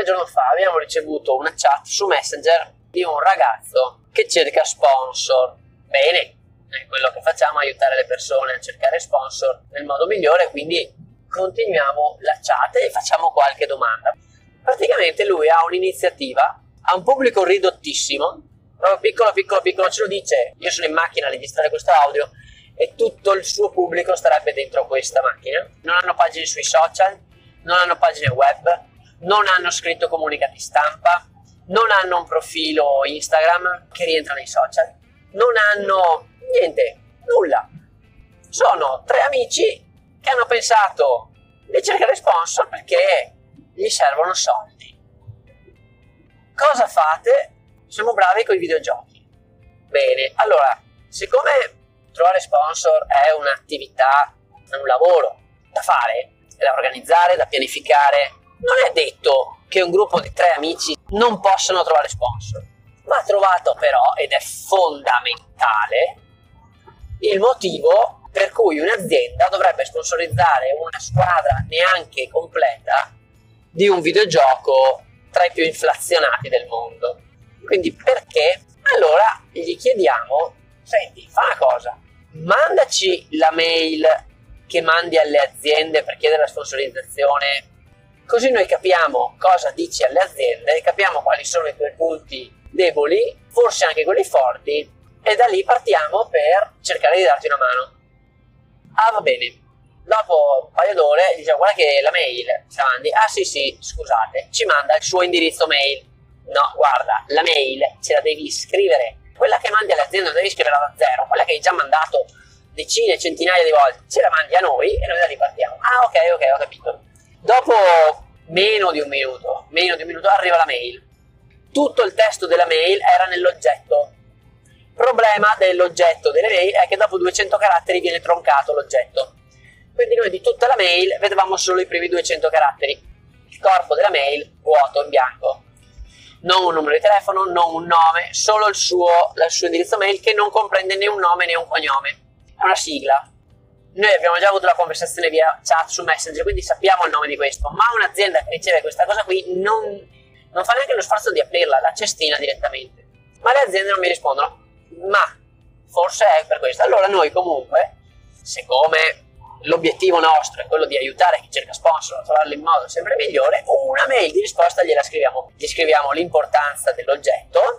qualche giorno fa abbiamo ricevuto una chat su Messenger di un ragazzo che cerca sponsor. Bene, è quello che facciamo, aiutare le persone a cercare sponsor nel modo migliore, quindi continuiamo la chat e facciamo qualche domanda. Praticamente lui ha un'iniziativa, ha un pubblico ridottissimo, proprio piccolo, ce lo dice. Io sono in macchina a registrare questo audio e tutto il suo pubblico starebbe dentro questa macchina. Non hanno pagine sui social, non hanno pagine web, non hanno scritto comunicati stampa, non hanno un profilo Instagram che rientra nei social, non hanno niente, nulla. Sono 3 amici che hanno pensato di cercare sponsor perché gli servono soldi. Cosa fate? Siamo bravi con i videogiochi. Bene, allora, siccome trovare sponsor è un'attività, è un lavoro da fare, da organizzare, da pianificare, non è detto che un gruppo di 3 amici non possano trovare sponsor. Va trovato però, ed è fondamentale, il motivo per cui un'azienda dovrebbe sponsorizzare una squadra neanche completa di un videogioco tra i più inflazionati del mondo. Quindi perché? Allora gli chiediamo: senti, fa una cosa, mandaci la mail che mandi alle aziende per chiedere la sponsorizzazione, così noi capiamo cosa dici alle aziende, capiamo quali sono i tuoi punti deboli, forse anche quelli forti, e da lì partiamo per cercare di darti una mano. Ah, va bene. Dopo un paio d'ore diciamo: guarda che la mail ce la mandi. Ah sì, scusate, ci manda il suo indirizzo mail. No, guarda, la mail ce la devi scrivere, quella che mandi alle aziende non devi scriverla da zero, quella che hai già mandato decine, centinaia di volte, ce la mandi a noi e noi da lì partiamo. Ah, ok, ho capito. Dopo meno di un minuto arriva la mail. Tutto il testo della mail era nell'oggetto. Problema dell'oggetto delle mail è che dopo 200 caratteri viene troncato l'oggetto. Quindi noi di tutta la mail vedevamo solo i primi 200 caratteri. Il corpo della mail vuoto, in bianco. Non un numero di telefono, non un nome, solo il suo indirizzo mail che non comprende né un nome né un cognome. È una sigla. Noi abbiamo già avuto la conversazione via chat su Messenger, quindi sappiamo il nome di questo, ma un'azienda che riceve questa cosa qui non fa neanche lo sforzo di aprirla, la cestina direttamente. Ma le aziende non mi rispondono. Ma forse è per questo. Allora noi comunque, siccome l'obiettivo nostro è quello di aiutare chi cerca sponsor a trovarlo in modo sempre migliore, una mail di risposta gliela scriviamo. Gli scriviamo l'importanza dell'oggetto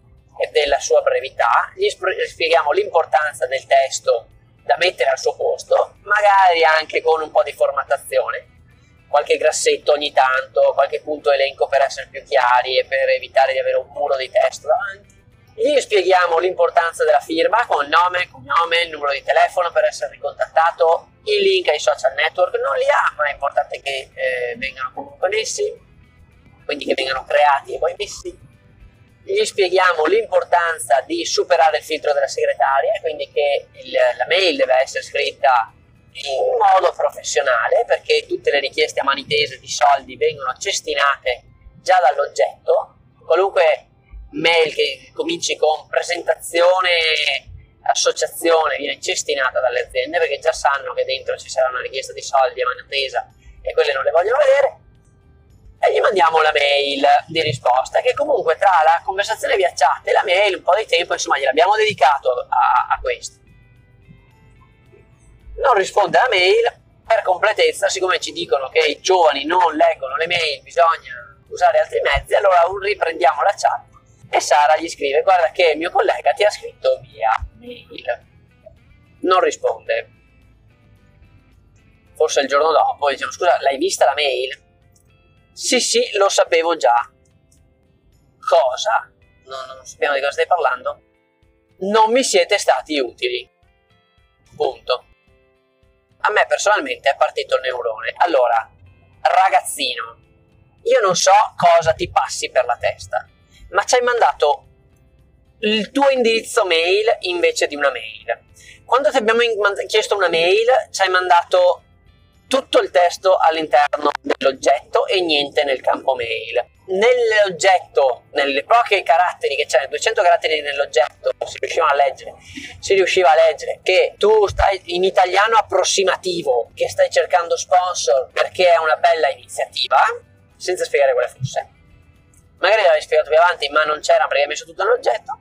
e della sua brevità, gli spieghiamo l'importanza del testo da mettere al suo posto, magari anche con un po' di formattazione, qualche grassetto ogni tanto, qualche punto elenco per essere più chiari e per evitare di avere un muro di testo davanti. Gli spieghiamo l'importanza della firma con nome, cognome, il numero di telefono per essere ricontattato, il link ai social network non li ha, ma è importante che vengano comunque messi, quindi che vengano creati e poi messi. Gli spieghiamo l'importanza di superare il filtro della segretaria, quindi che la mail deve essere scritta in modo professionale, perché tutte le richieste a mani tese di soldi vengono cestinate già dall'oggetto. Qualunque mail che cominci con presentazione, associazione, viene cestinata dalle aziende perché già sanno che dentro ci sarà una richiesta di soldi a mano tesa e quelle non le vogliono vedere, e gli mandiamo la mail di risposta, che comunque tra la conversazione via chat e la mail un po' di tempo insomma gliel'abbiamo dedicato a questo. Non risponde alla mail, per completezza, siccome ci dicono che i giovani non leggono le mail, bisogna usare altri mezzi, allora riprendiamo la chat e Sara gli scrive: guarda che il mio collega ti ha scritto via mail. Non risponde. Forse il giorno dopo diciamo: scusa, l'hai vista la mail? Sì, lo sapevo già. Cosa? Non sappiamo di cosa stai parlando. Non mi siete stati utili. Punto. A me personalmente è partito il neurone. Allora, ragazzino, io non so cosa ti passi per la testa, ma ci hai mandato il tuo indirizzo mail invece di una mail. Quando ti abbiamo chiesto una mail, ci hai mandato tutto il testo all'interno dell'oggetto e niente nel campo mail. Nell'oggetto, nelle poche caratteri che c'è, 200 caratteri nell'oggetto, si riusciva a leggere che tu stai in italiano approssimativo, che stai cercando sponsor perché è una bella iniziativa. senza spiegare quale fosse. Magari l'avevi spiegato più avanti, ma non c'era perché hai messo tutto nell'oggetto.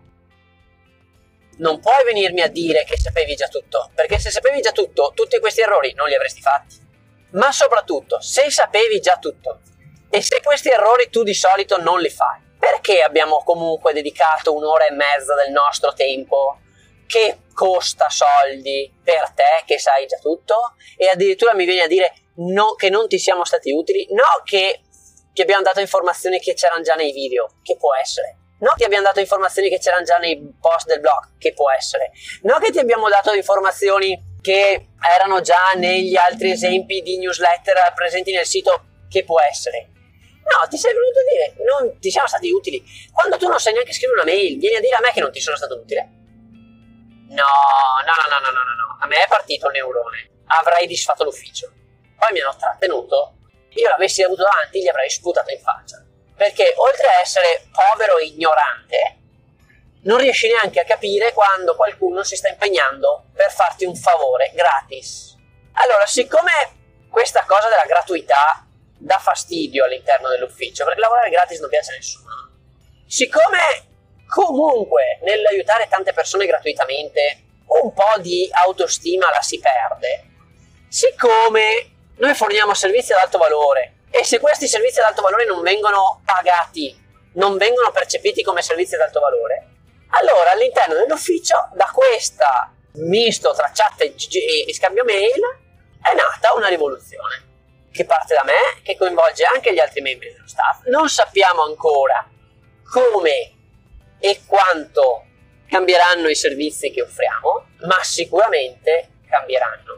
Non puoi venirmi a dire che sapevi già tutto, perché se sapevi già tutto, tutti questi errori non li avresti fatti. Ma soprattutto, se sapevi già tutto, e se questi errori tu di solito non li fai, perché abbiamo comunque dedicato 1 ora e mezza del nostro tempo, che costa soldi, per te che sai già tutto, e addirittura mi vieni a dire no, che non ti siamo stati utili? No, che ti abbiamo dato informazioni che c'erano già nei video, che può essere. No, ti abbiamo dato informazioni che c'erano già nei post del blog, che può essere. No, che ti abbiamo dato informazioni che erano già negli altri esempi di newsletter presenti nel sito, che può essere. No, ti sei venuto a dire, non ti siamo stati utili. Quando tu non sai neanche scrivere una mail, vieni a dire a me che non ti sono stato utile. No. A me è partito il neurone. Avrei disfatto l'ufficio. Poi mi hanno trattenuto. Io l'avessi avuto davanti, gli avrei sputato in faccia. Perché oltre a essere povero e ignorante, non riesci neanche a capire quando qualcuno si sta impegnando per farti un favore gratis. Allora, siccome questa cosa della gratuità dà fastidio all'interno dell'ufficio, perché lavorare gratis non piace a nessuno, siccome comunque nell'aiutare tante persone gratuitamente un po' di autostima la si perde, siccome noi forniamo servizi ad alto valore, e se questi servizi ad alto valore non vengono pagati, non vengono percepiti come servizi ad alto valore, allora all'interno dell'ufficio, da questa misto tra chat e scambio mail, è nata una rivoluzione che parte da me, che coinvolge anche gli altri membri dello staff. Non sappiamo ancora come e quanto cambieranno i servizi che offriamo, ma sicuramente cambieranno.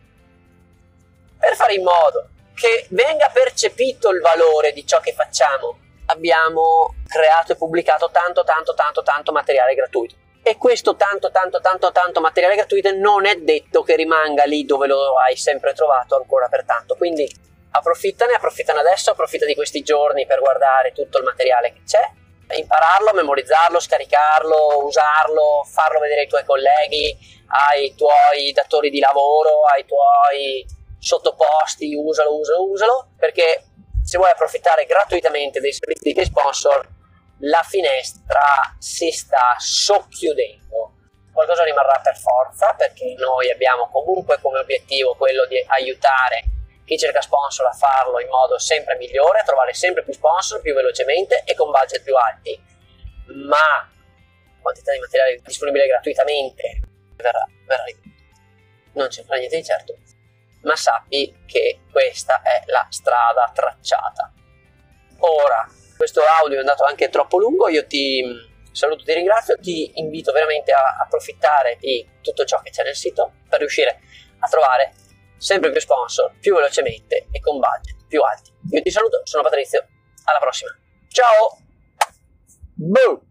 Per fare in modo che venga percepito il valore di ciò che facciamo, abbiamo creato e pubblicato tanto materiale gratuito. E questo tanto materiale gratuito non è detto che rimanga lì dove lo hai sempre trovato ancora per tanto. Quindi approfittane adesso, approfitta di questi giorni per guardare tutto il materiale che c'è, impararlo, memorizzarlo, scaricarlo, usarlo, farlo vedere ai tuoi colleghi, ai tuoi datori di lavoro, ai tuoi sottoposti, usalo, perché se vuoi approfittare gratuitamente dei servizi dei sponsor, la finestra si sta socchiudendo. Qualcosa rimarrà per forza, perché noi abbiamo comunque come obiettivo quello di aiutare chi cerca sponsor a farlo in modo sempre migliore, a trovare sempre più sponsor più velocemente e con budget più alti. Ma quantità di materiale disponibile gratuitamente verrà ridotta. Non c'è niente di certo, ma sappi che questa è la strada tracciata. Ora, questo audio è andato anche troppo lungo, io ti saluto, ti ringrazio, ti invito veramente a approfittare di tutto ciò che c'è nel sito per riuscire a trovare sempre più sponsor, più velocemente e con budget più alti. Io ti saluto, sono Patrizio, alla prossima. Ciao! Boom!